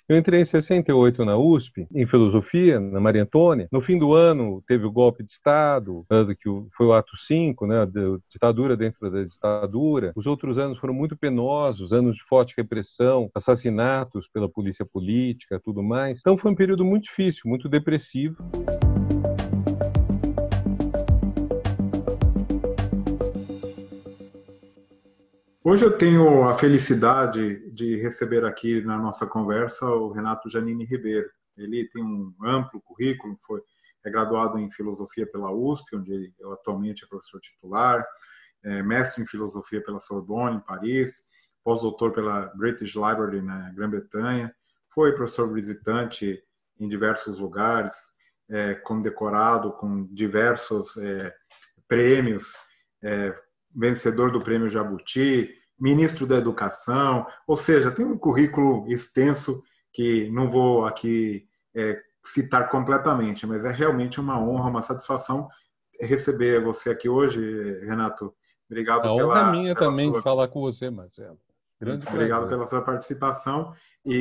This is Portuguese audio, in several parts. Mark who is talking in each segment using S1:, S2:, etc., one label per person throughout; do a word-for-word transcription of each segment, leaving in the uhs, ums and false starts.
S1: Eu entrei em sessenta e oito na U S P, em filosofia, na Maria Antônia. No fim do ano, teve o golpe de Estado, que foi o ato cinco, né, da ditadura dentro da ditadura. Os outros anos foram muito penosos, anos de forte repressão, assassinatos pela polícia política, tudo mais. Então foi um período muito difícil, muito depressivo.
S2: Hoje eu tenho a felicidade de receber aqui na nossa conversa o Renato Giannini Ribeiro. Ele tem um amplo currículo, foi, é graduado em filosofia pela U S P, onde ele atualmente é professor titular, é mestre em filosofia pela Sorbonne, em Paris, pós-doutor pela British Library, na Grã-Bretanha, foi professor visitante em diversos lugares, é, condecorado com diversos é, prêmios, é, vencedor do Prêmio Jabuti, ministro da Educação, ou seja, tem um currículo extenso que não vou aqui é, citar completamente, mas é realmente uma honra, uma satisfação receber você aqui hoje, Renato.
S1: A
S2: Obrigado
S1: honra é
S2: pela,
S1: minha
S2: pela
S1: também de
S2: sua,
S1: falar com você, Marcelo. Grande
S2: obrigado
S1: prazer.
S2: pela sua participação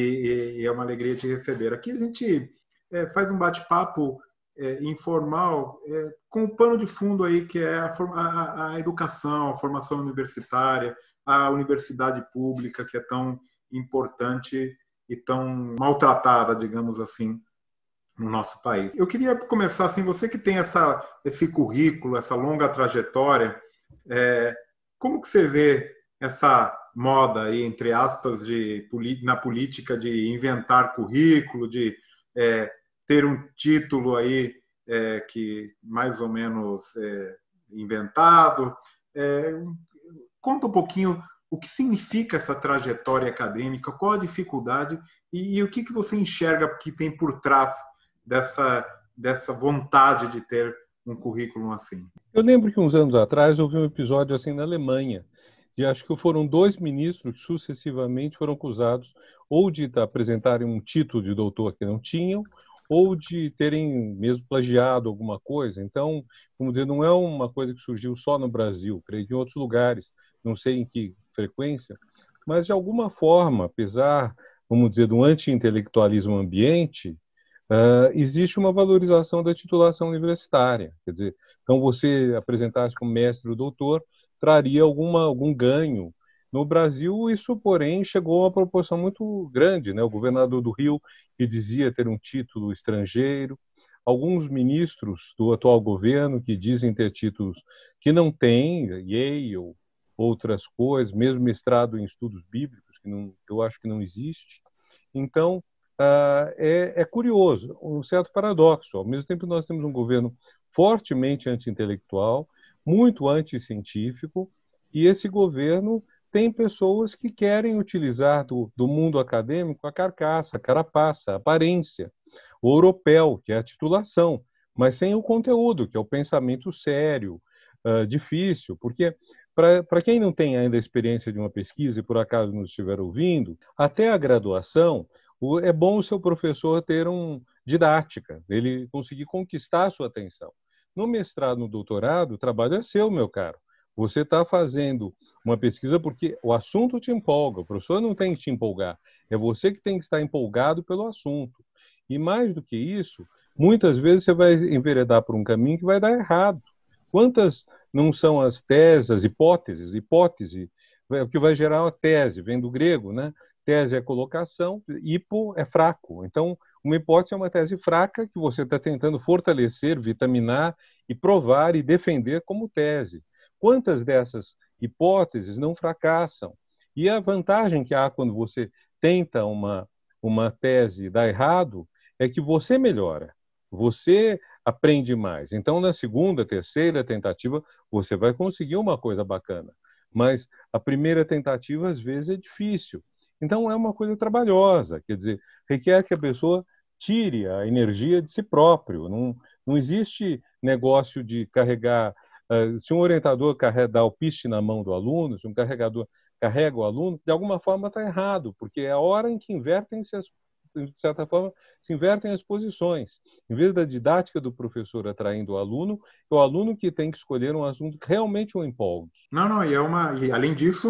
S2: e, e é uma alegria te receber. Aqui a gente é, faz um bate-papo é, informal, é, com o pano de fundo aí que é a, a, a educação, a formação universitária, a universidade pública, que é tão importante e tão maltratada, digamos assim, no nosso país. Eu queria começar assim, você que tem essa, esse currículo, essa longa trajetória, é, como que você vê essa moda aí, entre aspas, de, na política de inventar currículo, de é, ter um título aí é, que mais ou menos é, inventado. É, conta um pouquinho o que significa essa trajetória acadêmica, qual a dificuldade e, e o que, que você enxerga que tem por trás dessa, dessa vontade de ter um currículo assim.
S1: Eu lembro que uns anos atrás houve um episódio assim na Alemanha, de acho que foram dois ministros que sucessivamente foram acusados ou de apresentarem um título de doutor que não tinham, ou de terem mesmo plagiado alguma coisa. Então, vamos dizer, não é uma coisa que surgiu só no Brasil, creio que em outros lugares, não sei em que frequência, mas de alguma forma, apesar, vamos dizer, do anti-intelectualismo ambiente, Uh, existe uma valorização da titulação universitária. Quer dizer, então você apresentar-se como mestre ou doutor traria alguma, algum ganho. No Brasil, isso, porém, chegou a uma proporção muito grande, né? O governador do Rio, que dizia ter um título estrangeiro, alguns ministros do atual governo que dizem ter títulos que não têm, Yale, outras coisas, mesmo mestrado em estudos bíblicos, que não, eu acho que não existe. Então, Uh, é, é curioso, um certo paradoxo. Ao mesmo tempo, nós temos um governo fortemente anti-intelectual, muito anti-científico, e esse governo tem pessoas que querem utilizar do, do mundo acadêmico a carcaça, a carapaça, a aparência, o europeu, que é a titulação, mas sem o conteúdo, que é o pensamento sério, uh, difícil, porque para quem não tem ainda a experiência de uma pesquisa e por acaso nos estiver ouvindo, até a graduação, é bom o seu professor ter um didática, ele conseguir conquistar a sua atenção. No mestrado, no doutorado, o trabalho é seu, meu caro. Você está fazendo uma pesquisa porque o assunto te empolga, o professor não tem que te empolgar, é você que tem que estar empolgado pelo assunto. E mais do que isso, muitas vezes você vai enveredar por um caminho que vai dar errado. Quantas não são as teses, as hipóteses, hipótese, o que vai gerar uma tese, vem do grego, né? Tese é colocação, hipo é fraco. Então, uma hipótese é uma tese fraca que você está tentando fortalecer, vitaminar e provar e defender como tese. Quantas dessas hipóteses não fracassam? E a vantagem que há quando você tenta uma, uma tese dar errado é que você melhora, você aprende mais. Então, na segunda, terceira tentativa, você vai conseguir uma coisa bacana. Mas a primeira tentativa, às vezes, é difícil. Então, é uma coisa trabalhosa, quer dizer, requer que a pessoa tire a energia de si próprio. Não, não existe negócio de carregar. Uh, se um orientador carrega, dá o piste na mão do aluno, se um carregador carrega o aluno, de alguma forma está errado, porque é a hora em que invertem-se as, de certa forma, se invertem as posições. Em vez da didática do professor atraindo o aluno, é o aluno que tem que escolher um assunto que realmente o empolgue.
S2: Não, não, e, é uma, e além disso,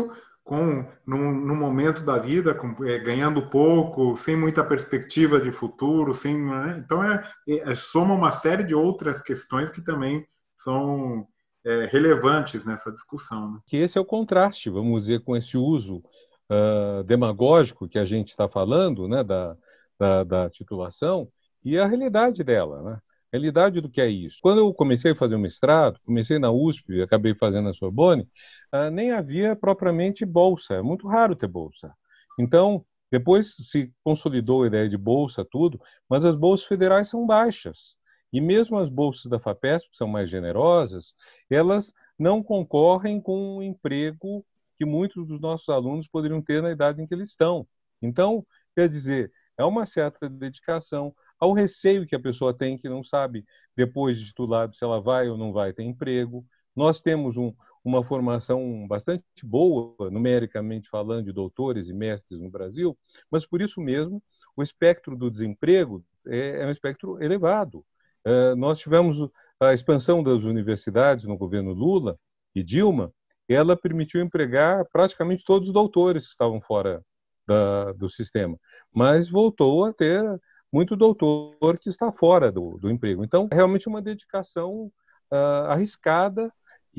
S2: com num, num momento da vida, com, é, ganhando pouco, sem muita perspectiva de futuro, sem, né? Então é, é, soma uma série de outras questões que também são é, relevantes nessa discussão, né?
S1: Que esse é o contraste, vamos dizer, com esse uso uh, demagógico que a gente está falando, né, da, da, da titulação, e a realidade dela, né? A realidade do que é isso. Quando eu comecei a fazer o mestrado, comecei na U S P, acabei fazendo na Sorbonne, uh, nem havia propriamente bolsa, é muito raro ter bolsa. Então, depois se consolidou a ideia de bolsa, tudo, mas as bolsas federais são baixas. E mesmo as bolsas da FAPESP, que são mais generosas, elas não concorrem com o emprego que muitos dos nossos alunos poderiam ter na idade em que eles estão. Então, quer dizer, é uma certa dedicação ao receio que a pessoa tem, que não sabe, depois de titulado, se ela vai ou não vai ter emprego. Nós temos um, uma formação bastante boa, numericamente falando, de doutores e mestres no Brasil, mas por isso mesmo, o espectro do desemprego é, é um espectro elevado. Uh, nós tivemos a expansão das universidades no governo Lula e Dilma, ela permitiu empregar praticamente todos os doutores que estavam fora da, do sistema, mas voltou a ter muito doutor que está fora do, do emprego. Então, é realmente uma dedicação uh, arriscada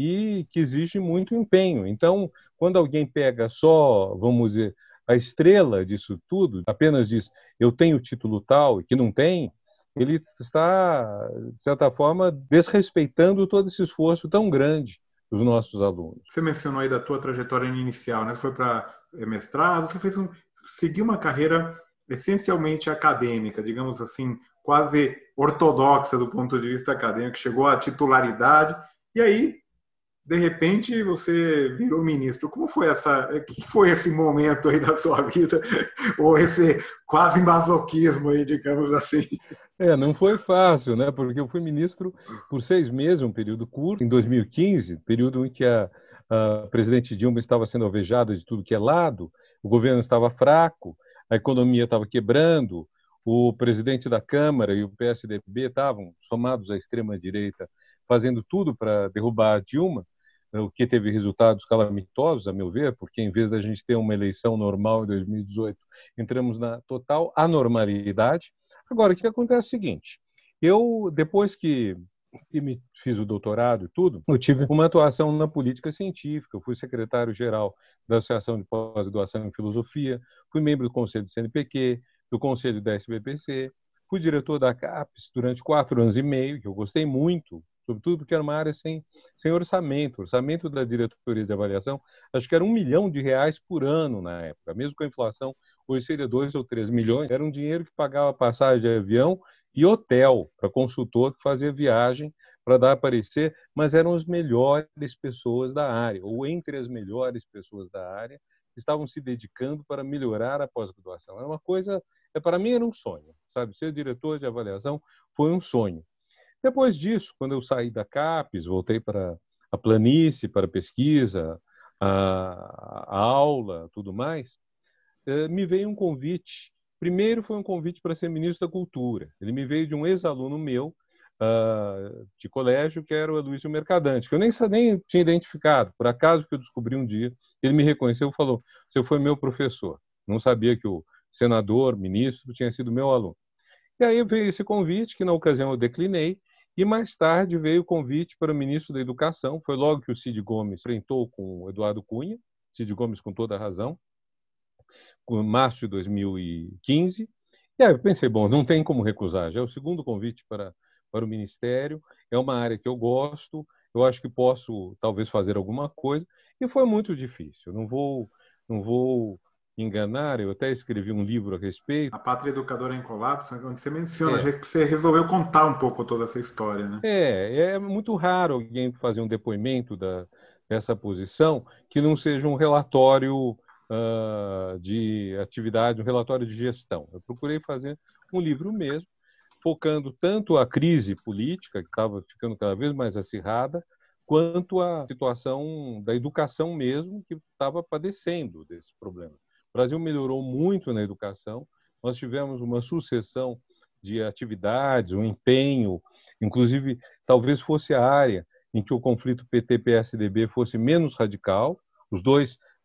S1: e que exige muito empenho. Então, quando alguém pega só, vamos dizer, a estrela disso tudo, apenas diz, eu tenho título tal e que não tem, ele está, de certa forma, desrespeitando todo esse esforço tão grande dos nossos alunos.
S2: Você mencionou aí da tua trajetória inicial, né? Você foi para mestrado, você fez um, seguiu uma carreira essencialmente acadêmica, digamos assim, quase ortodoxa do ponto de vista acadêmico, chegou à titularidade, e aí, de repente, você virou ministro. Como foi essa, que foi esse momento aí da sua vida, ou esse quase masoquismo aí, digamos assim?
S1: É, não foi fácil, né? Porque eu fui ministro por seis meses, um período curto, em dois mil e quinze, período em que a, a presidente Dilma estava sendo alvejada de tudo que é lado, o governo estava fraco, a economia estava quebrando, o presidente da Câmara e o P S D B estavam somados à extrema-direita, fazendo tudo para derrubar a Dilma, o que teve resultados calamitosos, a meu ver, porque em vez da gente ter uma eleição normal em dois mil e dezoito, entramos na total anormalidade. Agora, o que acontece é o seguinte, eu, depois que, que me fiz o doutorado e tudo, eu tive uma atuação na política científica, eu fui secretário-geral da Associação de Pós-Graduação em Filosofia, fui membro do Conselho do C N P Q, do Conselho da S B P C, fui diretor da CAPES durante quatro anos e meio, que eu gostei muito, sobretudo porque era uma área sem, sem orçamento. O orçamento da diretoria de avaliação, acho que era um milhão de reais por ano na época, mesmo com a inflação, hoje seria dois ou três milhões. Era um dinheiro que pagava passagem de avião e hotel para consultor que fazia viagem para dar a parecer, mas eram as melhores pessoas da área, ou entre as melhores pessoas da área, que estavam se dedicando para melhorar a pós-graduação. Era uma coisa, para mim era um sonho, sabe? Ser diretor de avaliação foi um sonho. Depois disso, quando eu saí da CAPES, voltei para a planície, para a pesquisa, a, a aula, tudo mais, eh, me veio um convite. Primeiro foi um convite para ser ministro da Cultura. Ele me veio de um ex-aluno meu uh, de colégio, que era o Aloysio Mercadante, que eu nem, nem tinha identificado. Por acaso que eu descobri um dia, ele me reconheceu e falou, você foi meu professor. Não sabia que o senador, ministro, tinha sido meu aluno. E aí veio esse convite, que na ocasião eu declinei, e mais tarde veio o convite para o ministro da Educação. Foi logo que o Cid Gomes enfrentou com o Eduardo Cunha, Cid Gomes com toda a razão, em março de dois mil e quinze. E aí eu pensei, bom, não tem como recusar. Já é o segundo convite para, para o Ministério, é uma área que eu gosto, eu acho que posso talvez fazer alguma coisa, e foi muito difícil. Não vou, não vou enganar, eu até escrevi um livro a respeito.
S2: A Pátria Educadora em Colapso, onde você menciona, é. que você resolveu contar um pouco toda essa história, né?
S1: É, é muito raro alguém fazer um depoimento da, dessa posição que não seja um relatório uh, de atividade, um relatório de gestão. Eu procurei fazer um livro mesmo, focando tanto a crise política, que estava ficando cada vez mais acirrada, quanto a situação da educação mesmo, que estava padecendo desse problema. O Brasil melhorou muito na educação, nós tivemos uma sucessão de atividades, um empenho, inclusive talvez fosse a área em que o conflito P T P S D B fosse menos radical, os dois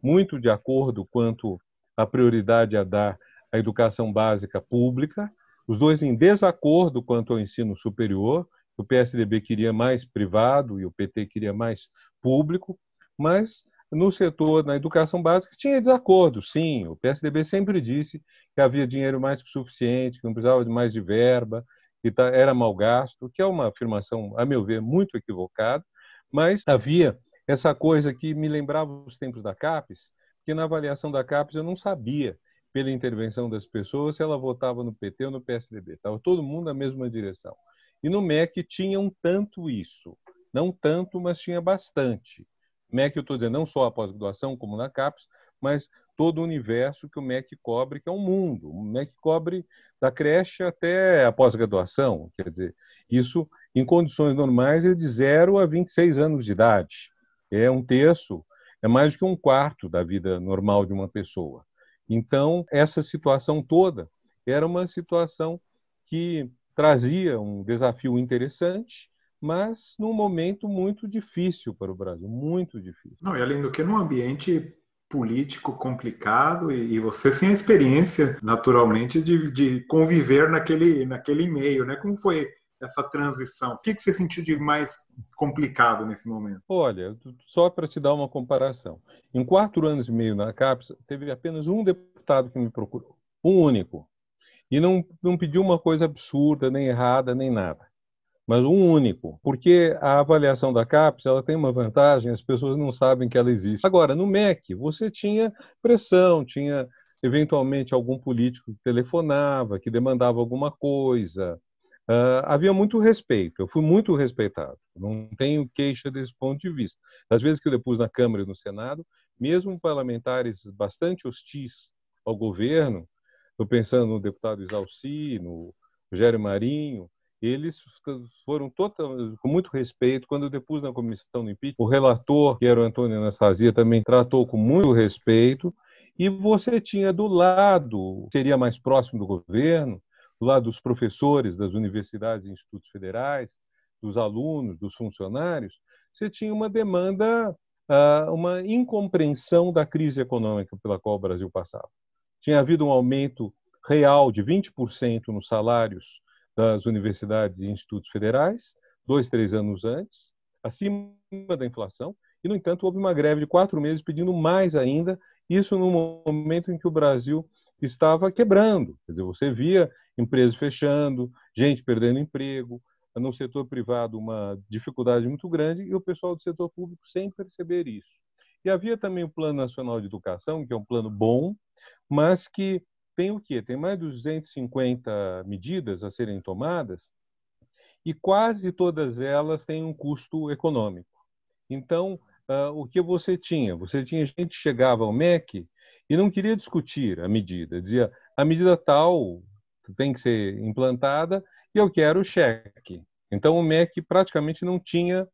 S1: muito de acordo quanto à prioridade a dar à educação básica pública, os dois em desacordo quanto ao ensino superior. O P S D B queria mais privado e o P T queria mais público, mas no setor, na educação básica, tinha desacordo, sim. O P S D B sempre disse que havia dinheiro mais que suficiente, que não precisava de mais de verba, que era mal gasto, que é uma afirmação, a meu ver, muito equivocada, mas havia essa coisa que me lembrava os tempos da CAPES, que na avaliação da CAPES eu não sabia, pela intervenção das pessoas, se ela votava no P T ou no P S D B. Estava todo mundo na mesma direção. E no M E C tinha um tanto isso. Não tanto, mas tinha bastante. M E C, eu estou dizendo, não só a pós-graduação, como na CAPES, mas todo o universo que o M E C cobre, que é um mundo. O M E C cobre da creche até a pós-graduação. Quer dizer, isso, em condições normais, é de zero a vinte e seis anos de idade. É um terço, é mais do que um quarto da vida normal de uma pessoa. Então, essa situação toda era uma situação que trazia um desafio interessante, mas num momento muito difícil para o Brasil, muito difícil.
S2: Não, e além do que, num ambiente político complicado e, e você sem a experiência, naturalmente, de, de conviver naquele, naquele meio, né? Como foi essa transição? O que, que você sentiu de mais complicado nesse momento?
S1: Olha, só para te dar uma comparação. Em quatro anos e meio na CAPES, teve apenas um deputado que me procurou, um único. E não, não pediu uma coisa absurda, nem errada, nem nada. Mas um único. Porque a avaliação da CAPES, ela tem uma vantagem, as pessoas não sabem que ela existe. Agora, no M E C, você tinha pressão, tinha eventualmente algum político que telefonava, que demandava alguma coisa. Uh, havia muito respeito, eu fui muito respeitado, não tenho queixa desse ponto de vista. Das vezes que eu depus na Câmara e no Senado, mesmo parlamentares bastante hostis ao governo, estou pensando no deputado Isalci, no Rogério Marinho, eles foram total, com muito respeito. Quando eu depus na comissão do impeachment, o relator, que era o Antônio Anastasia, também tratou com muito respeito, e você tinha do lado, seria mais próximo do governo, do lado dos professores das universidades e institutos federais, dos alunos, dos funcionários, você tinha uma demanda, uma incompreensão da crise econômica pela qual o Brasil passava. Tinha havido um aumento real de vinte por cento nos salários das universidades e institutos federais, dois, três anos antes, acima da inflação, e, no entanto, houve uma greve de quatro meses pedindo mais ainda, isso no momento em que o Brasil estava quebrando. Quer dizer, você via empresas fechando, gente perdendo emprego, no setor privado uma dificuldade muito grande e o pessoal do setor público sem perceber isso. E havia também o Plano Nacional de Educação, que é um plano bom, mas que tem o quê? Tem mais de duzentas e cinquenta medidas a serem tomadas e quase todas elas têm um custo econômico. Então, uh, o que você tinha? Você tinha gente que chegava ao M E C e não queria discutir a medida. Dizia, a medida tal tem que ser implantada e eu quero o cheque. Então, o M E C praticamente não tinha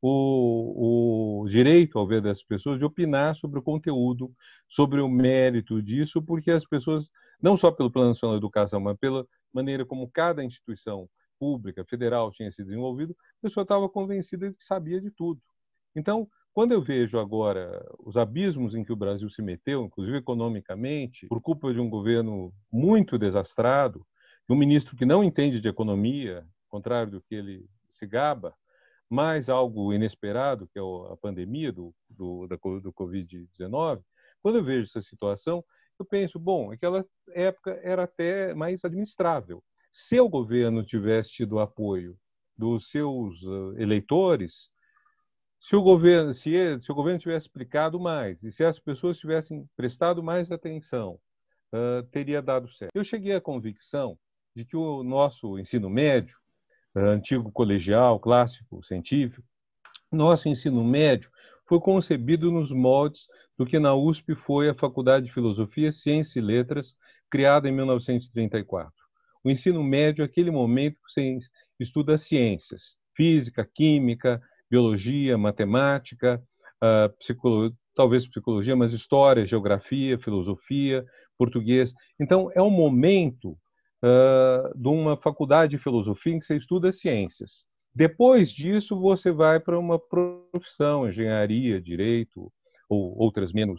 S1: o, o direito, ao ver das pessoas, de opinar sobre o conteúdo, sobre o mérito disso, porque as pessoas, não só pelo Plano Nacional de Educação, mas pela maneira como cada instituição pública, federal, tinha se desenvolvido, a pessoa estava convencida de que sabia de tudo. Então, quando eu vejo agora os abismos em que o Brasil se meteu, inclusive economicamente, por culpa de um governo muito desastrado, um ministro que não entende de economia, ao contrário do que ele se gaba, mais algo inesperado, que é a pandemia do, do, do covid dezenove, quando eu vejo essa situação, eu penso, bom, aquela época era até mais administrável. Se o governo tivesse tido apoio dos seus eleitores, se o governo, se, ele, se o governo tivesse explicado mais e se as pessoas tivessem prestado mais atenção, uh, teria dado certo. Eu cheguei à convicção de que o nosso ensino médio, uh, antigo colegial, clássico, científico, nosso ensino médio foi concebido nos moldes do que na U S P foi a Faculdade de Filosofia, Ciência e Letras, criada em mil novecentos e trinta e quatro. O ensino médio é aquele momento que você estuda ciências, física, química, biologia, matemática, uh, psicolo... talvez psicologia, mas história, geografia, filosofia, português. Então, é um momento uh, de uma faculdade de filosofia em que você estuda ciências. Depois disso, você vai para uma profissão, engenharia, direito, ou outras menos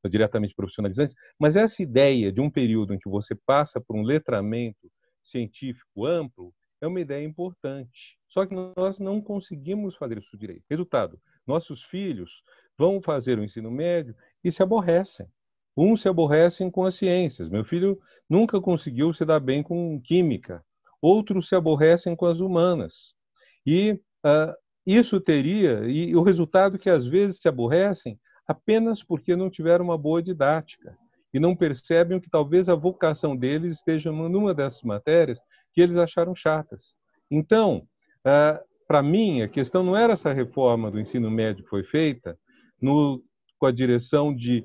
S1: diretamente profissionalizantes, mas essa ideia de um período em que você passa por um letramento científico amplo é uma ideia importante. Só que nós não conseguimos fazer isso direito. Resultado, nossos filhos vão fazer o ensino médio e se aborrecem. Uns se aborrecem com as ciências. Meu filho nunca conseguiu se dar bem com química. Outros se aborrecem com as humanas. E uh, isso teria, e o resultado é que às vezes se aborrecem apenas porque não tiveram uma boa didática e não percebem que talvez a vocação deles esteja numa dessas matérias que eles acharam chatas. Então, uh, para mim, a questão não era essa reforma do ensino médio que foi feita no, com a direção de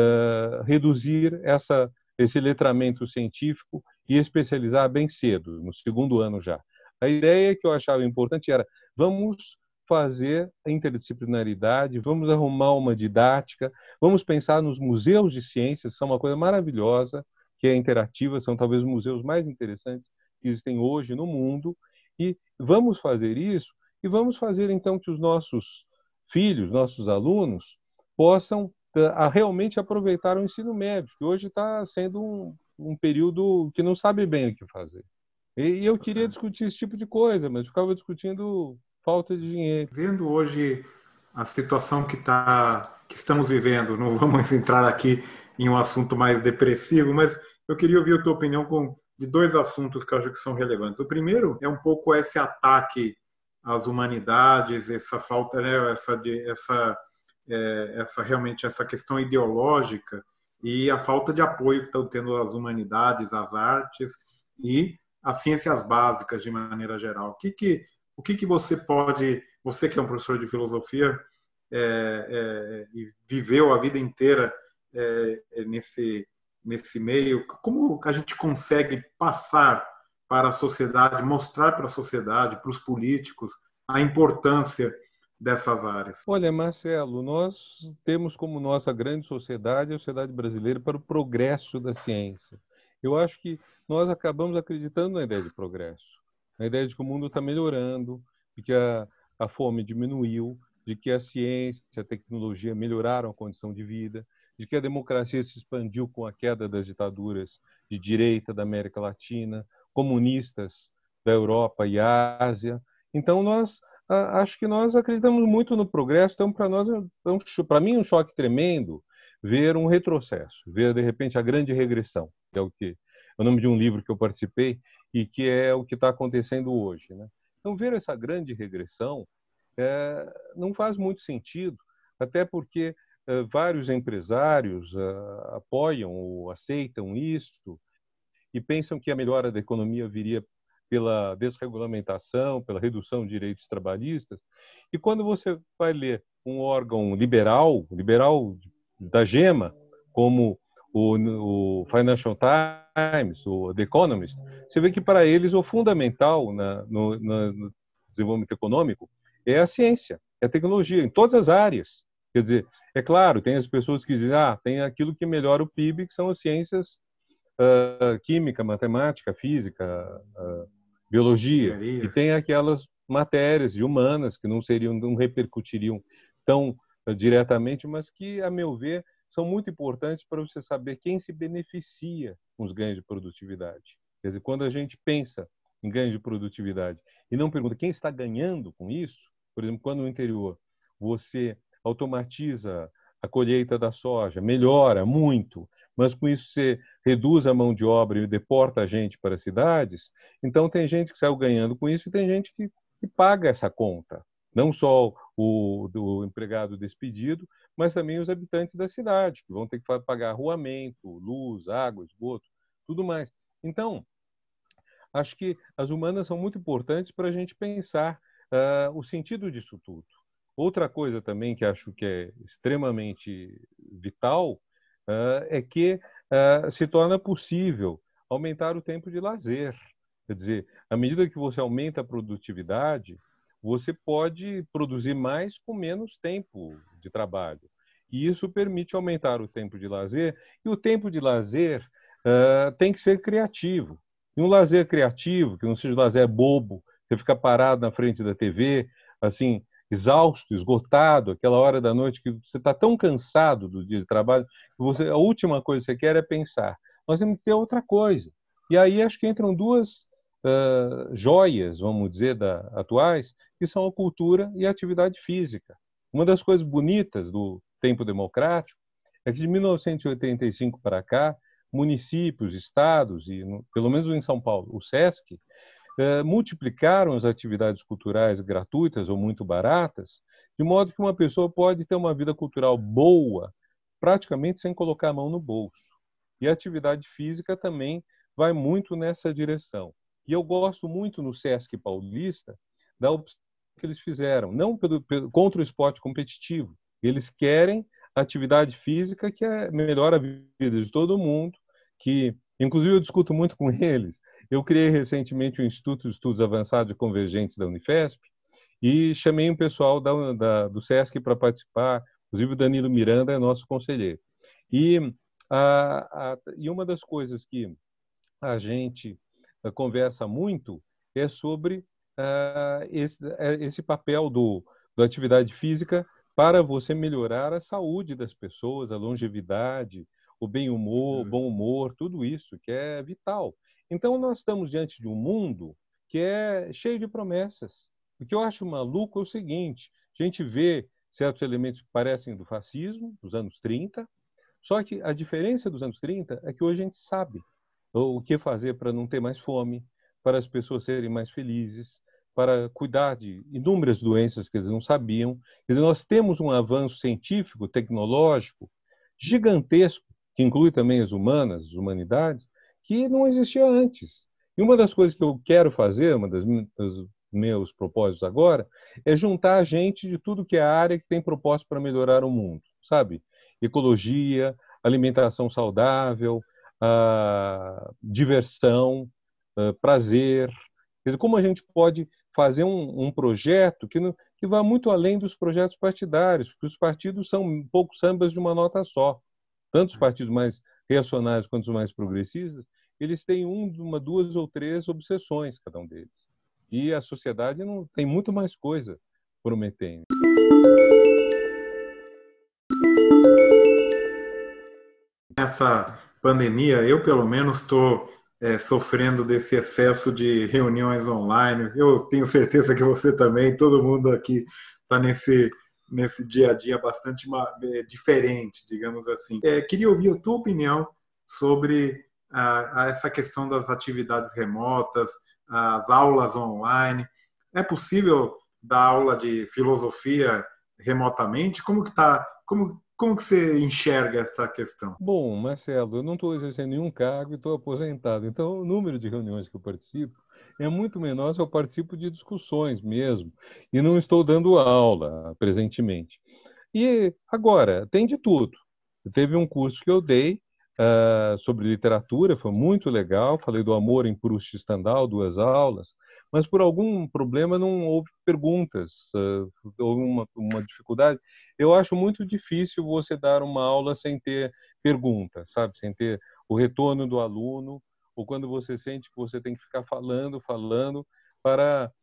S1: uh, reduzir essa, esse letramento científico e especializar bem cedo, no segundo ano já. A ideia que eu achava importante era, vamos fazer a interdisciplinaridade, vamos arrumar uma didática, vamos pensar nos museus de ciências, são uma coisa maravilhosa, que é interativa, são talvez os museus mais interessantes que existem hoje no mundo, e vamos fazer isso, e vamos fazer então que os nossos filhos, nossos alunos, possam a, realmente aproveitar o ensino médio, que hoje está sendo um, um período que não sabe bem o que fazer. E, e eu queria discutir esse tipo de coisa, mas ficava discutindo falta de dinheiro.
S2: Vendo hoje a situação que, tá, que estamos vivendo, não vamos entrar aqui em um assunto mais depressivo, mas eu queria ouvir a tua opinião com, de dois assuntos que eu acho que são relevantes. O primeiro é um pouco esse ataque às humanidades, essa falta, né, essa, essa, é, essa realmente essa questão ideológica e a falta de apoio que estão tendo as humanidades, as artes e as ciências básicas de maneira geral. O que que, o que, que você pode, você que é um professor de filosofia é, é, e viveu a vida inteira é, nesse, nesse meio, como a gente consegue passar para a sociedade, mostrar para a sociedade, para os políticos, a importância dessas áreas?
S1: Olha, Marcelo, nós temos como nossa grande sociedade a sociedade brasileira para o progresso da ciência. Eu acho que nós acabamos acreditando na ideia de progresso, na ideia de que o mundo está melhorando, de que a, a fome diminuiu, de que a ciência, a tecnologia melhoraram a condição de vida, de que a democracia se expandiu com a queda das ditaduras de direita da América Latina, comunistas da Europa e Ásia. Então, nós acho que nós acreditamos muito no progresso. Então, para nós, para mim, é um choque tremendo ver um retrocesso, ver, de repente, a grande regressão, que é o que é o nome de um livro que eu participei e que é o que está acontecendo hoje, né? Então, ver essa grande regressão é, não faz muito sentido, até porque é, vários empresários é, apoiam ou aceitam isso e pensam que a melhora da economia viria pela desregulamentação, pela redução de direitos trabalhistas. E quando você vai ler um órgão liberal, liberal da GEMA, como o, o Financial Times, o The Economist, você vê que para eles o fundamental na, no, na, no desenvolvimento econômico é a ciência, é a tecnologia, em todas as áreas. Quer dizer, é claro, tem as pessoas que dizem, ah, tem aquilo que melhora o P I B, que são as ciências uh, química, matemática, física, uh, biologia, e tem aquelas matérias de humanas que não seriam, não repercutiriam tão uh, diretamente, mas que, a meu ver, são muito importantes para você saber quem se beneficia com os ganhos de produtividade. Quer dizer, quando a gente pensa em ganho de produtividade e não pergunta quem está ganhando com isso, por exemplo, quando no interior você automatiza a colheita da soja, melhora muito, mas com isso você reduz a mão de obra e deporta a gente para as cidades, então tem gente que saiu ganhando com isso e tem gente que, que paga essa conta. Não só o do empregado despedido, mas também os habitantes da cidade, que vão ter que pagar arruamento, luz, água, esgoto, tudo mais. Então, acho que as humanas são muito importantes para a gente pensar uh, o sentido disso tudo. Outra coisa também que acho que é extremamente vital uh, é que uh, se torna possível aumentar o tempo de lazer. Quer dizer, à medida que você aumenta a produtividade, você pode produzir mais com menos tempo de trabalho. E isso permite aumentar o tempo de lazer. E o tempo de lazer uh, tem que ser criativo. E um lazer criativo, que não seja um lazer bobo, você fica parado na frente da T V, assim, exausto, esgotado, aquela hora da noite que você está tão cansado do dia de trabalho, que você, a última coisa que você quer é pensar. Nós temos que ter outra coisa. E aí acho que entram duas uh, joias, vamos dizer, da, atuais, que são a cultura e a atividade física. Uma das coisas bonitas do tempo democrático é que de mil novecentos e oitenta e cinco para cá, municípios, estados, e no, pelo menos em São Paulo, o SESC, eh, multiplicaram as atividades culturais gratuitas ou muito baratas, de modo que uma pessoa pode ter uma vida cultural boa, praticamente sem colocar a mão no bolso. E a atividade física também vai muito nessa direção. E eu gosto muito no SESC Paulista da opção que eles fizeram, não pelo, pelo, contra o esporte competitivo. Eles querem atividade física que é, melhora a vida de todo mundo, que, inclusive, eu discuto muito com eles. Eu criei recentemente o Instituto de Estudos Avançados e Convergentes da Unifesp e chamei um pessoal da, da, do SESC para participar, inclusive o Danilo Miranda é nosso conselheiro. E, a, a, e uma das coisas que a gente a, conversa muito é sobre a, esse, a, esse papel do, da atividade física para você melhorar a saúde das pessoas, a longevidade, o bem humor, o bom humor, tudo isso que é vital. Então nós estamos diante de um mundo que é cheio de promessas. O que eu acho maluco é o seguinte: a gente vê certos elementos que parecem do fascismo, dos anos trinta, só que a diferença dos anos trinta é que hoje a gente sabe o que fazer para não ter mais fome, para as pessoas serem mais felizes, para cuidar de inúmeras doenças que eles não sabiam. Quer dizer, nós temos um avanço científico, tecnológico, gigantesco, que inclui também as humanas, as humanidades, que não existia antes. E uma das coisas que eu quero fazer, uma das, dos meus propósitos agora, é juntar a gente de tudo que é área que tem propósito para melhorar o mundo, sabe? Ecologia, alimentação saudável, a diversão, a prazer. Quer dizer, como a gente pode fazer um, um projeto que, não, que vá muito além dos projetos partidários, porque os partidos são um pouco sambas de uma nota só. Tanto os partidos mais reacionários quanto os mais progressistas, eles têm um, uma, duas ou três obsessões, cada um deles. E a sociedade não tem muito mais coisa prometendo.
S2: Nessa pandemia, eu pelo menos estou é, sofrendo desse excesso de reuniões online. Eu tenho certeza que você também, todo mundo aqui está nesse, nesse dia a dia bastante é, diferente, digamos assim. É, queria ouvir a tua opinião sobre a, a essa questão das atividades remotas, as aulas online. É possível dar aula de filosofia remotamente? Como que está? Como Como que você enxerga essa questão?
S1: Bom, Marcelo, eu não estou exercendo nenhum cargo e estou aposentado. Então, o número de reuniões que eu participo é muito menor se eu participo de discussões mesmo. E não estou dando aula presentemente. E agora, tem de tudo. Teve um curso que eu dei uh, sobre literatura, foi muito legal. Falei do Amor em Proust e Stendhal, duas aulas. Mas por algum problema não houve perguntas, uh, houve uma, uma dificuldade. Eu acho muito difícil você dar uma aula sem ter perguntas, sabe? Sem ter o retorno do aluno, ou quando você sente que você tem que ficar falando, falando, para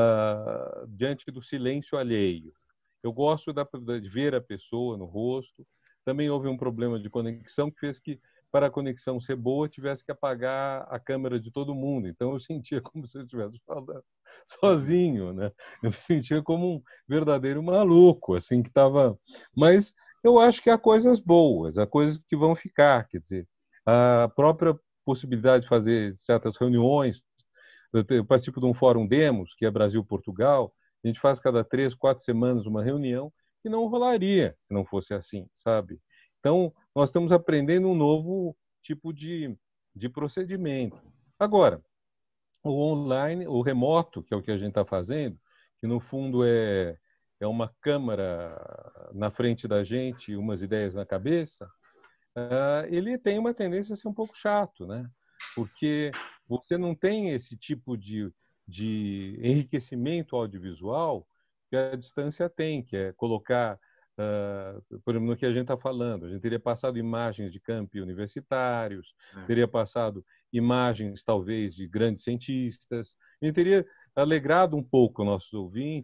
S1: uh, diante do silêncio alheio. Eu gosto da, de ver a pessoa no rosto. Também houve um problema de conexão que fez que, para a conexão ser boa, tivesse que apagar a câmera de todo mundo. Então eu sentia como se eu estivesse falando sozinho, né? Eu me sentia como um verdadeiro maluco, assim, que estava... Mas eu acho que há coisas boas, há coisas que vão ficar, quer dizer, a própria possibilidade de fazer certas reuniões. Eu participo de um fórum Demos, que é Brasil-Portugal. A gente faz cada três, quatro semanas uma reunião que não rolaria se não fosse assim, sabe? Então, nós estamos aprendendo um novo tipo de, de procedimento. Agora, o online, o remoto, que é o que a gente está fazendo, que no fundo é, é uma câmera na frente da gente, umas ideias na cabeça, uh, ele tem uma tendência a ser um pouco chato, né? Porque você não tem esse tipo de, de enriquecimento audiovisual que a distância tem, que é colocar, uh, por exemplo, no que a gente está falando, a gente teria passado imagens de campi universitários, é. teria passado imagens, talvez, de grandes cientistas, a gente teria alegrado um pouco nossos ouvintes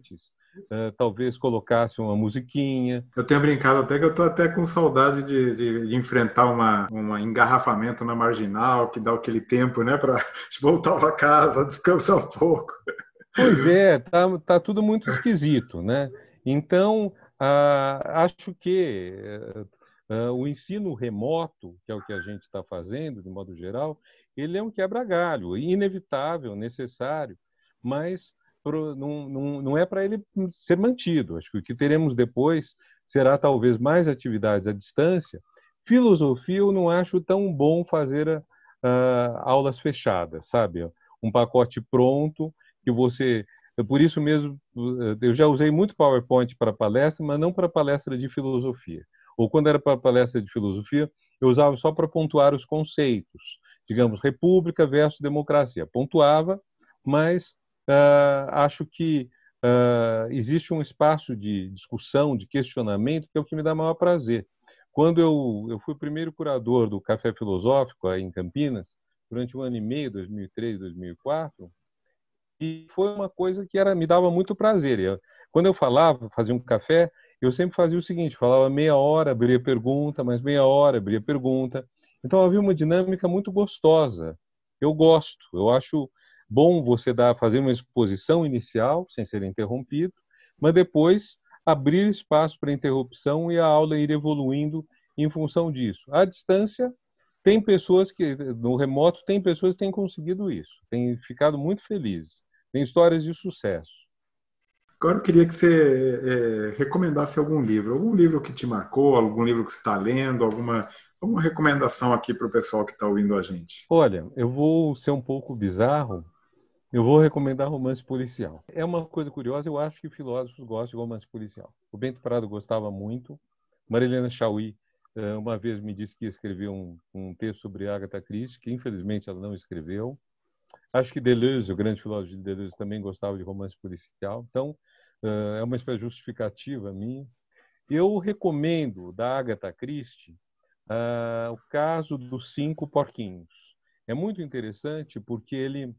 S1: uh, talvez colocasse uma musiquinha.
S2: Eu tenho brincado até que eu estou até com saudade de, de, de enfrentar uma, um engarrafamento na Marginal, que dá aquele tempo, né, para voltar para casa, descansar um pouco.
S1: Pois é, tá, tá tudo muito esquisito, né? Então, ah, acho que ah, o ensino remoto, que é o que a gente está fazendo, de modo geral, ele é um quebra-galho, inevitável, necessário, mas pro, não, não, não é para ele ser mantido. Acho que o que teremos depois será talvez mais atividades à distância. Filosofia eu não acho tão bom fazer ah, aulas fechadas, sabe? Um pacote pronto que você... Por isso mesmo, eu já usei muito PowerPoint para palestra, mas não para palestra de filosofia. Ou quando era para palestra de filosofia, eu usava só para pontuar os conceitos. Digamos, república versus democracia. Pontuava, mas uh, acho que uh, existe um espaço de discussão, de questionamento, que é o que me dá maior prazer. Quando eu, eu fui o primeiro curador do Café Filosófico, aí em Campinas, durante um ano e meio, dois mil e três, dois mil e quatro, e foi uma coisa que era, me dava muito prazer. Eu, quando eu falava, fazia um café, eu sempre fazia o seguinte, falava meia hora, abria pergunta, mais meia hora, abria pergunta. Então havia uma dinâmica muito gostosa. Eu gosto, eu acho bom você dar, fazer uma exposição inicial, sem ser interrompido, mas depois abrir espaço para interrupção e a aula ir evoluindo em função disso. À distância, tem pessoas que, no remoto, tem pessoas que têm conseguido isso, têm ficado muito felizes. Tem histórias de sucesso.
S2: Agora eu queria que você é, recomendasse algum livro. Algum livro que te marcou, algum livro que você está lendo, alguma, alguma recomendação aqui para o pessoal que está ouvindo a gente.
S1: Olha, eu vou ser um pouco bizarro, eu vou recomendar romance policial. É uma coisa curiosa, eu acho que filósofos gostam de romance policial. O Bento Prado gostava muito, Marilena Chaui uma vez me disse que ia escrever um, um texto sobre Agatha Christie, que infelizmente ela não escreveu. Acho que Deleuze, o grande filósofo de Deleuze, também gostava de romance policial. Então, é uma espécie de justificativa minha. Eu recomendo, da Agatha Christie, uh, o caso dos Cinco Porquinhos. É muito interessante porque ele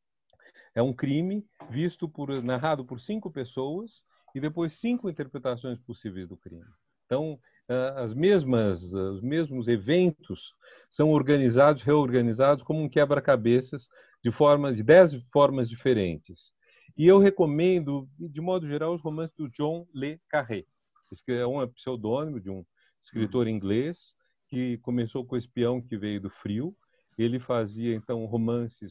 S1: é um crime visto por, narrado por cinco pessoas e depois cinco interpretações possíveis do crime. Então, uh, as mesmas, os mesmos eventos são organizados, reorganizados como um quebra-cabeças de forma, de dez formas diferentes. E eu recomendo, de modo geral, os romances do John Le Carré. Esse é um pseudônimo de um escritor inglês que começou com O Espião que Veio do Frio. Ele fazia, então, romances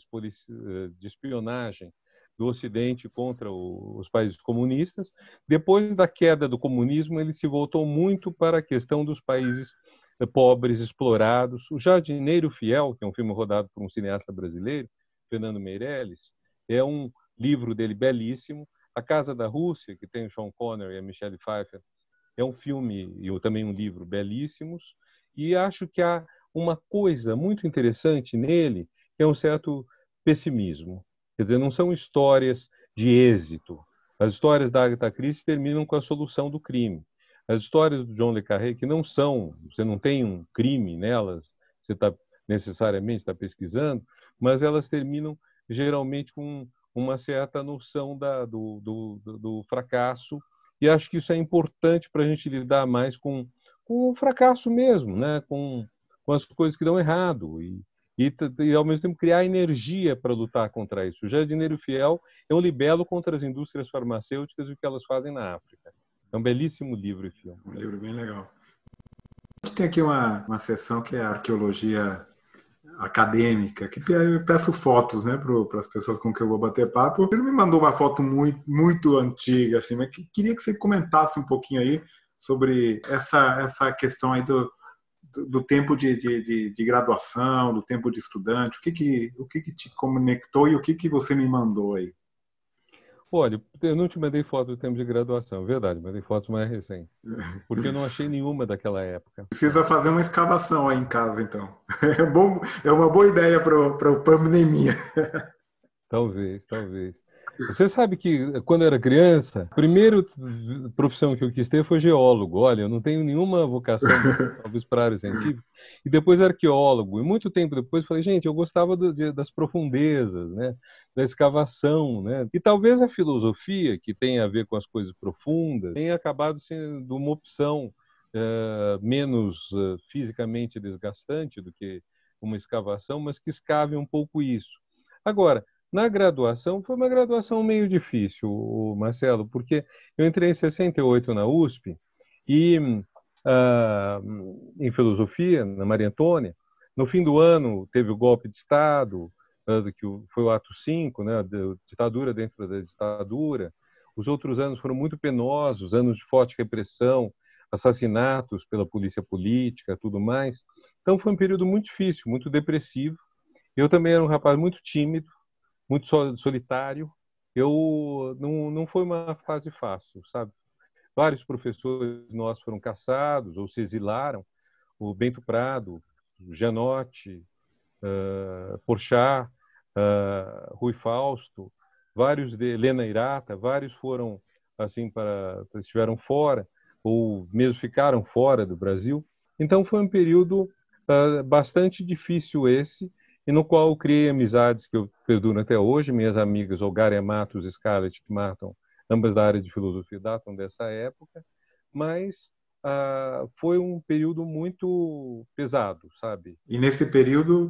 S1: de espionagem do Ocidente contra os países comunistas. Depois da queda do comunismo, ele se voltou muito para a questão dos países pobres, explorados. O Jardineiro Fiel, que é um filme rodado por um cineasta brasileiro, Fernando Meirelles, é um livro dele belíssimo. A Casa da Rússia, que tem o Sean Connery e a Michelle Pfeiffer, é um filme e também um livro belíssimos. E acho que há uma coisa muito interessante nele, que é um certo pessimismo. Quer dizer, não são histórias de êxito. As histórias da Agatha Christie terminam com a solução do crime. As histórias do John le Carré, que não são, você não tem um crime nelas, você está necessariamente está pesquisando, mas elas terminam geralmente com uma certa noção da, do, do, do fracasso, e acho que isso é importante para a gente lidar mais com, com o fracasso mesmo, né? com, com as coisas que dão errado, e, e, e ao mesmo tempo criar energia para lutar contra isso. O Jardineiro Fiel é um libelo contra as indústrias farmacêuticas e o que elas fazem na África. É um belíssimo livro e filme.
S2: Um livro bem legal. A gente tem aqui uma, uma seção que é a arqueologia acadêmica, que eu peço fotos, né, para as pessoas com quem eu vou bater papo. Ele me mandou uma foto muito, muito antiga, assim, mas queria que você comentasse um pouquinho aí sobre essa, essa questão aí do, do, do tempo de, de, de graduação, do tempo de estudante, o que que, o que que te conectou e o que que você me mandou aí?
S1: Olha, eu não te mandei foto do tempo de graduação, verdade, mandei fotos mais recentes, porque eu não achei nenhuma daquela época.
S2: Precisa fazer uma escavação aí em casa, então. É, bom, é uma boa ideia para o pandemia.
S1: Talvez, talvez. Você sabe que, quando eu era criança, a primeira profissão que eu quis ter foi geólogo. Olha, eu não tenho nenhuma vocação, talvez, para a área científica. e depois arqueólogo. E muito tempo depois falei, gente, eu gostava do, de, das profundezas, né? Da escavação, né? E talvez a filosofia, que tem a ver com as coisas profundas, tenha acabado sendo uma opção uh, menos uh, fisicamente desgastante do que uma escavação, mas que escave um pouco isso. Agora, na graduação, foi uma graduação meio difícil, Marcelo, porque eu entrei em sessenta e oito na U S P e uh, em filosofia, na Maria Antônia. No fim do ano, teve o golpe de Estado, uh, que foi o ato cinco, né, a ditadura dentro da ditadura. Os outros anos foram muito penosos, anos de forte repressão, assassinatos pela polícia política, tudo mais. Então foi um período muito difícil, muito depressivo. Eu também era um rapaz muito tímido, muito solitário. Eu não, não foi uma fase fácil, sabe? Vários professores nossos foram caçados ou se exilaram. O Bento Prado, o Janotti, uh, Porchat, uh, Rui Fausto, vários de Helena Irata, vários foram assim para estiveram fora ou mesmo ficaram fora do Brasil. Então foi um período uh, bastante difícil esse, e no qual eu criei amizades que eu perduram até hoje. Minhas amigas Olgária Matos e Scarlett Marton, ambas da área de filosofia, datam dessa época, mas uh, foi um período muito pesado, sabe?
S2: E nesse período,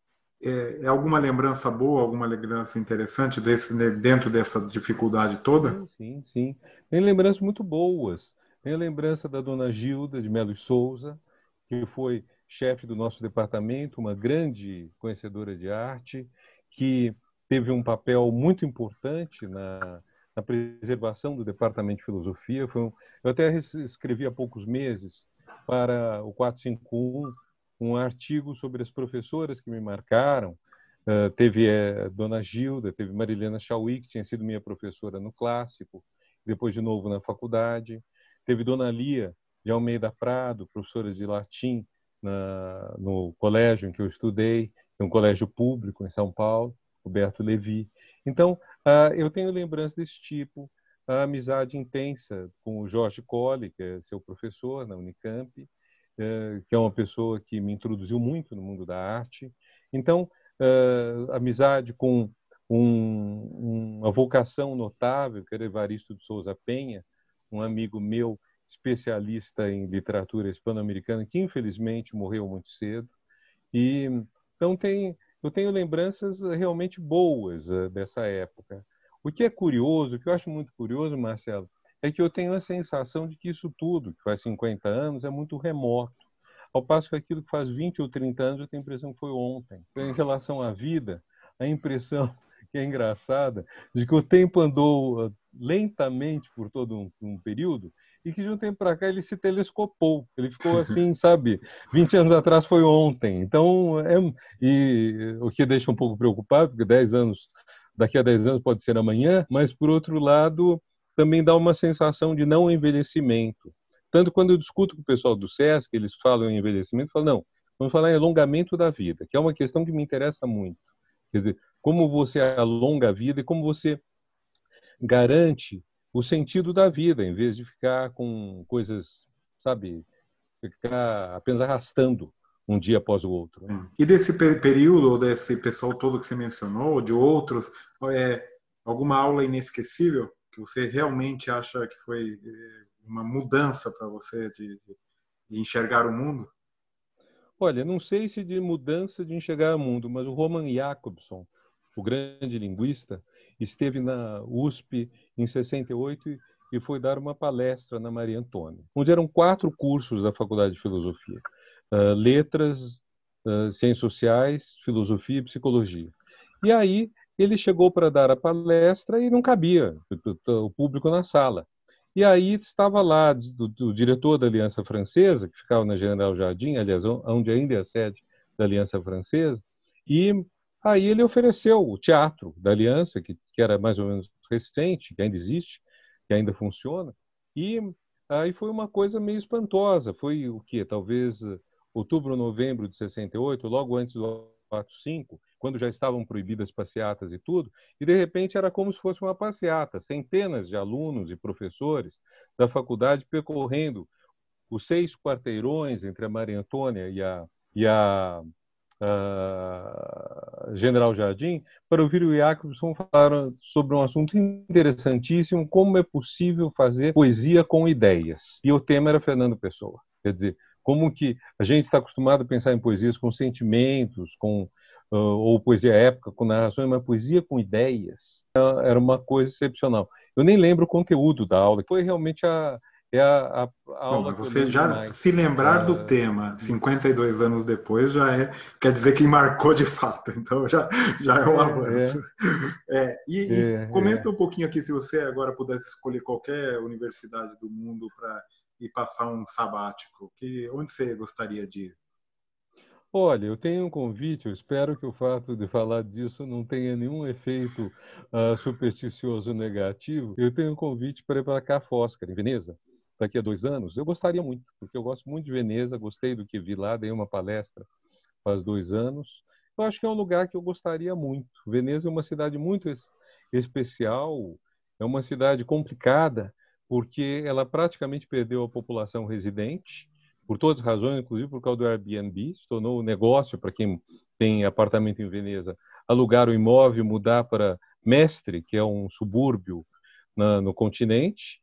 S2: é, é alguma lembrança boa, alguma lembrança interessante desse, dentro dessa dificuldade toda?
S1: Sim, sim, sim. Tem lembranças muito boas. Tem a lembrança da dona Gilda de Melo e Souza, que foi chefe do nosso departamento, uma grande conhecedora de arte, que teve um papel muito importante na, na preservação do departamento de filosofia. Foi um, eu até escrevi há poucos meses para o quatrocentos e cinquenta e um um artigo sobre as professoras que me marcaram. Uh, teve a dona Gilda, teve Marilena Chauí, que tinha sido minha professora no clássico, depois de novo na faculdade. Teve dona Lia de Almeida Prado, professora de latim na, no colégio em que eu estudei, um colégio público em São Paulo, Roberto Levi. Então, uh, eu tenho lembrança desse tipo, a amizade intensa com o Jorge Colli, que é seu professor na Unicamp, uh, que é uma pessoa que me introduziu muito no mundo da arte. Então, Uh, amizade com um, uma vocação notável, que era Evaristo de Souza Penha, um amigo meu especialista em literatura hispano-americana, que infelizmente morreu muito cedo. E então tem, eu tenho lembranças realmente boas uh, dessa época. O que é curioso, o que eu acho muito curioso, Marcelo, é que eu tenho a sensação de que isso tudo, que faz cinquenta anos, é muito remoto. Ao passo que aquilo que faz vinte ou trinta anos, eu tenho a impressão que foi ontem. Em relação à vida, a impressão, que é engraçada, de que o tempo andou lentamente por todo um, um período e que de um tempo para cá ele se telescopou. Ele ficou assim, sabe, vinte anos atrás foi ontem. Então, é, e o que deixa um pouco preocupado, porque dez anos, daqui a dez anos pode ser amanhã, mas, por outro lado, também dá uma sensação de não envelhecimento. Tanto quando eu discuto com o pessoal do SESC, eles falam em envelhecimento, eu falo, não, vamos falar em alongamento da vida, que é uma questão que me interessa muito. Quer dizer, como você alonga a vida e como você garante o sentido da vida, em vez de ficar com coisas, sabe, ficar apenas arrastando um dia após o outro. Né?
S2: E desse período, ou desse pessoal todo que você mencionou, ou de outros, é alguma aula inesquecível que você realmente acha que foi uma mudança para você de, de enxergar o mundo?
S1: Olha, não sei se de mudança de enxergar o mundo, mas o Roman Jakobson, o grande linguista, esteve na U S P em sessenta e oito e foi dar uma palestra na Maria Antônia, onde eram quatro cursos da Faculdade de Filosofia: uh, Letras, uh, Ciências Sociais, Filosofia e Psicologia. E aí ele chegou para dar a palestra e não cabia o público na sala. E aí estava lá do, do diretor da Aliança Francesa, que ficava na General Jardim, aliás, onde ainda é a sede da Aliança Francesa, e aí ele ofereceu o teatro da Aliança, que, que era mais ou menos recente, que ainda existe, que ainda funciona, e aí foi uma coisa meio espantosa. Foi o quê? Talvez outubro, novembro de sessenta e oito, logo antes do ato cinco, quando já estavam proibidas passeatas e tudo, e de repente era como se fosse uma passeata, centenas de alunos e professores da faculdade percorrendo os seis quarteirões entre a Maria Antônia e a, e a, a General Jardim para ouvir o Jacobson falar sobre um assunto interessantíssimo, como é possível fazer poesia com ideias. E o tema era Fernando Pessoa. Quer dizer, como que a gente está acostumado a pensar em poesias com sentimentos, com Uh, ou poesia épica, com narrações, mas poesia com ideias, era uma coisa excepcional. Eu nem lembro o conteúdo da aula, foi realmente a, é a, a, a
S2: Bom,
S1: aula
S2: mas
S1: que eu
S2: você
S1: lembro
S2: já
S1: mais.
S2: se lembrar do
S1: Uh,
S2: tema cinquenta e dois anos depois já é, quer dizer que marcou de fato, então já, já é um
S1: é,
S2: avanço. É, e,
S1: é,
S2: e comenta
S1: é.
S2: um pouquinho aqui, se você agora pudesse escolher qualquer universidade do mundo para ir passar um sabático, que, onde você gostaria de ir?
S1: Olha, eu tenho um convite, eu espero que o fato de falar disso não tenha nenhum efeito uh, supersticioso negativo. Eu tenho um convite para ir para Ca' em Veneza, daqui a dois anos. Eu gostaria muito, porque eu gosto muito de Veneza, gostei do que vi lá, dei uma palestra faz dois anos. Eu acho que é um lugar que eu gostaria muito. Veneza é uma cidade muito es especial, é uma cidade complicada, porque ela praticamente perdeu a população residente, por todas as razões, inclusive por causa do Airbnb, se tornou um negócio para quem tem apartamento em Veneza, alugar o imóvel, mudar para Mestre, que é um subúrbio na, no continente,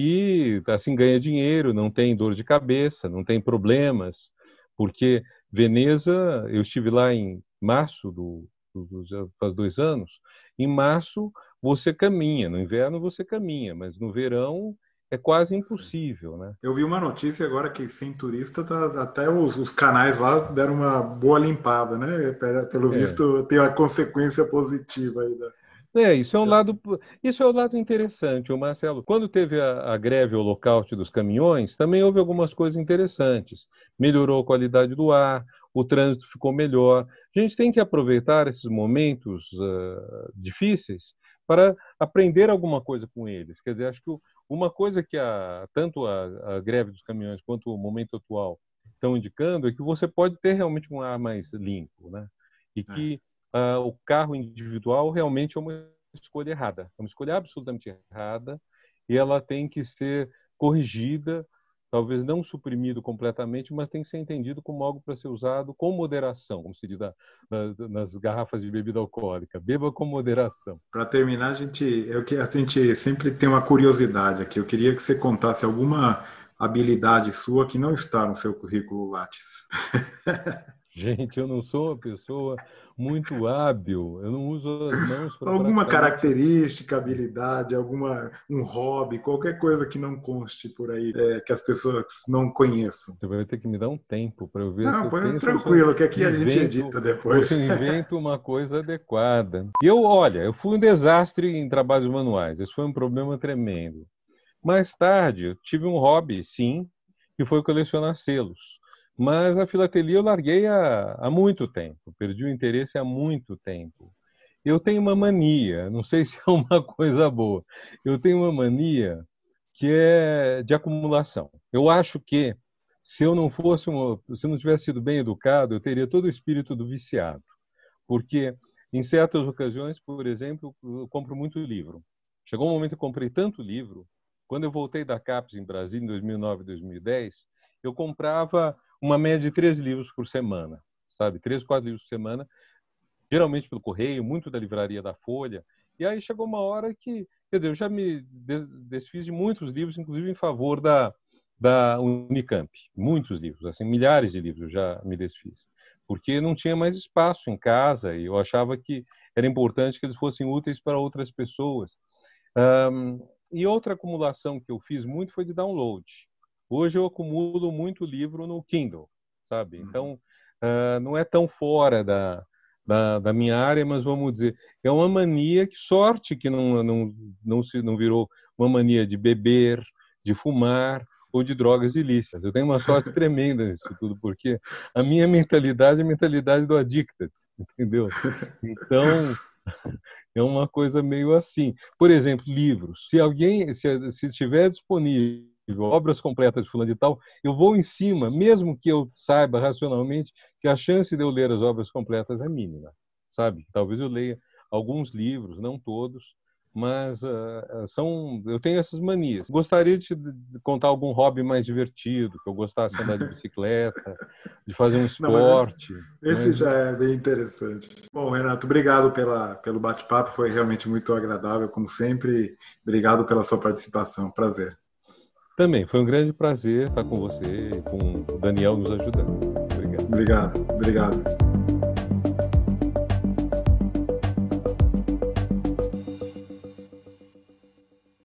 S1: e assim ganha dinheiro, não tem dor de cabeça, não tem problemas, porque Veneza, eu estive lá em março, do, do, já faz dois anos, em março você caminha, no inverno você caminha, mas no verão é quase impossível, né?
S2: Eu vi uma notícia agora que sem turista, tá, até os, os canais lá deram uma boa limpada, né? Pelo
S1: É.
S2: visto, tem uma consequência positiva aí da,
S1: É, isso é um
S2: desse
S1: lado,
S2: assunto.
S1: isso é um lado interessante, o Marcelo. Quando teve a, a greve, o lockout dos caminhões, também houve algumas coisas interessantes. Melhorou a qualidade do ar, o trânsito ficou melhor. A gente tem que aproveitar esses momentos uh, difíceis para aprender alguma coisa com eles. Quer dizer, acho que uma coisa que a, tanto a, a greve dos caminhões quanto o momento atual estão indicando é que você pode ter realmente um ar mais limpo, né? E
S2: É.
S1: que Uh, o carro individual realmente é uma escolha errada, é uma escolha absolutamente errada e ela tem que ser corrigida, talvez não suprimido completamente, mas tem que ser entendido como algo para ser usado com moderação, como se diz na, na, nas garrafas de bebida alcoólica, beba com moderação.
S2: Para terminar, a gente, eu que a gente sempre tem uma curiosidade aqui. Eu queria que você contasse alguma habilidade sua que não está no seu currículo Lattes.
S1: Gente, eu não sou uma pessoa muito hábil, eu não uso as mãos para
S2: Alguma
S1: praticamente.
S2: característica, habilidade, alguma um hobby, qualquer coisa que não conste por aí, é, que as pessoas não conheçam.
S1: Você vai ter que me dar um tempo para eu ver se
S2: Não,
S1: eu
S2: põe
S1: penso, se eu
S2: tranquilo, que aqui a gente
S1: invento,
S2: edita
S1: ou se
S2: depois.
S1: eu invento uma coisa adequada. E eu, olha, eu fui um desastre em trabalhos manuais, isso foi um problema tremendo. Mais tarde, eu tive um hobby, sim, que foi colecionar selos. Mas a filatelia eu larguei há, há muito tempo, perdi o interesse há muito tempo. Eu tenho uma mania, não sei se é uma coisa boa, eu tenho uma mania que é de acumulação. Eu acho que se eu não fosse uma, se eu não tivesse sido bem educado, eu teria todo o espírito do viciado, porque em certas ocasiões, por exemplo, eu compro muito livro. Chegou um momento que eu comprei tanto livro, quando eu voltei da CAPES em Brasília em dois mil e nove, dois mil e dez, eu comprava uma média de três livros por semana, sabe, três, quatro livros por semana, geralmente pelo correio, muito da livraria da Folha. E aí chegou uma hora que, quer dizer, eu já me desfiz de muitos livros, inclusive em favor da, da Unicamp. Muitos livros, assim, milhares de livros eu já me desfiz. Porque não tinha mais espaço em casa e eu achava que era importante que eles fossem úteis para outras pessoas. Um, e outra acumulação que eu fiz muito foi de download. Hoje eu acumulo muito livro no Kindle, sabe? Então, uh, não é tão fora da, da, da minha área, mas vamos dizer, é uma mania, que sorte que não, não, não, se, não virou uma mania de beber, de fumar ou de drogas ilícitas. Eu tenho uma sorte tremenda nisso tudo, porque a minha mentalidade é a mentalidade do addicted, entendeu? Então, é uma coisa meio assim. Por exemplo, livros. Se alguém, se, se estiver disponível obras completas de fulano de tal, eu vou em cima, mesmo que eu saiba racionalmente que a chance de eu ler as obras completas é mínima, sabe? Talvez eu leia alguns livros, não todos, mas uh, são, eu tenho essas manias. Gostaria de te contar algum hobby mais divertido, que eu gostasse de andar de bicicleta, de fazer um
S2: Não, mas
S1: esporte.
S2: esse, esse
S1: mas...
S2: já é bem interessante. Bom, Renato, obrigado pela, pelo bate-papo, foi realmente muito agradável, como sempre. Obrigado pela sua participação, prazer.
S1: Também, foi um grande prazer estar com você e com o Daniel nos ajudando. Obrigado.
S2: Obrigado, obrigado.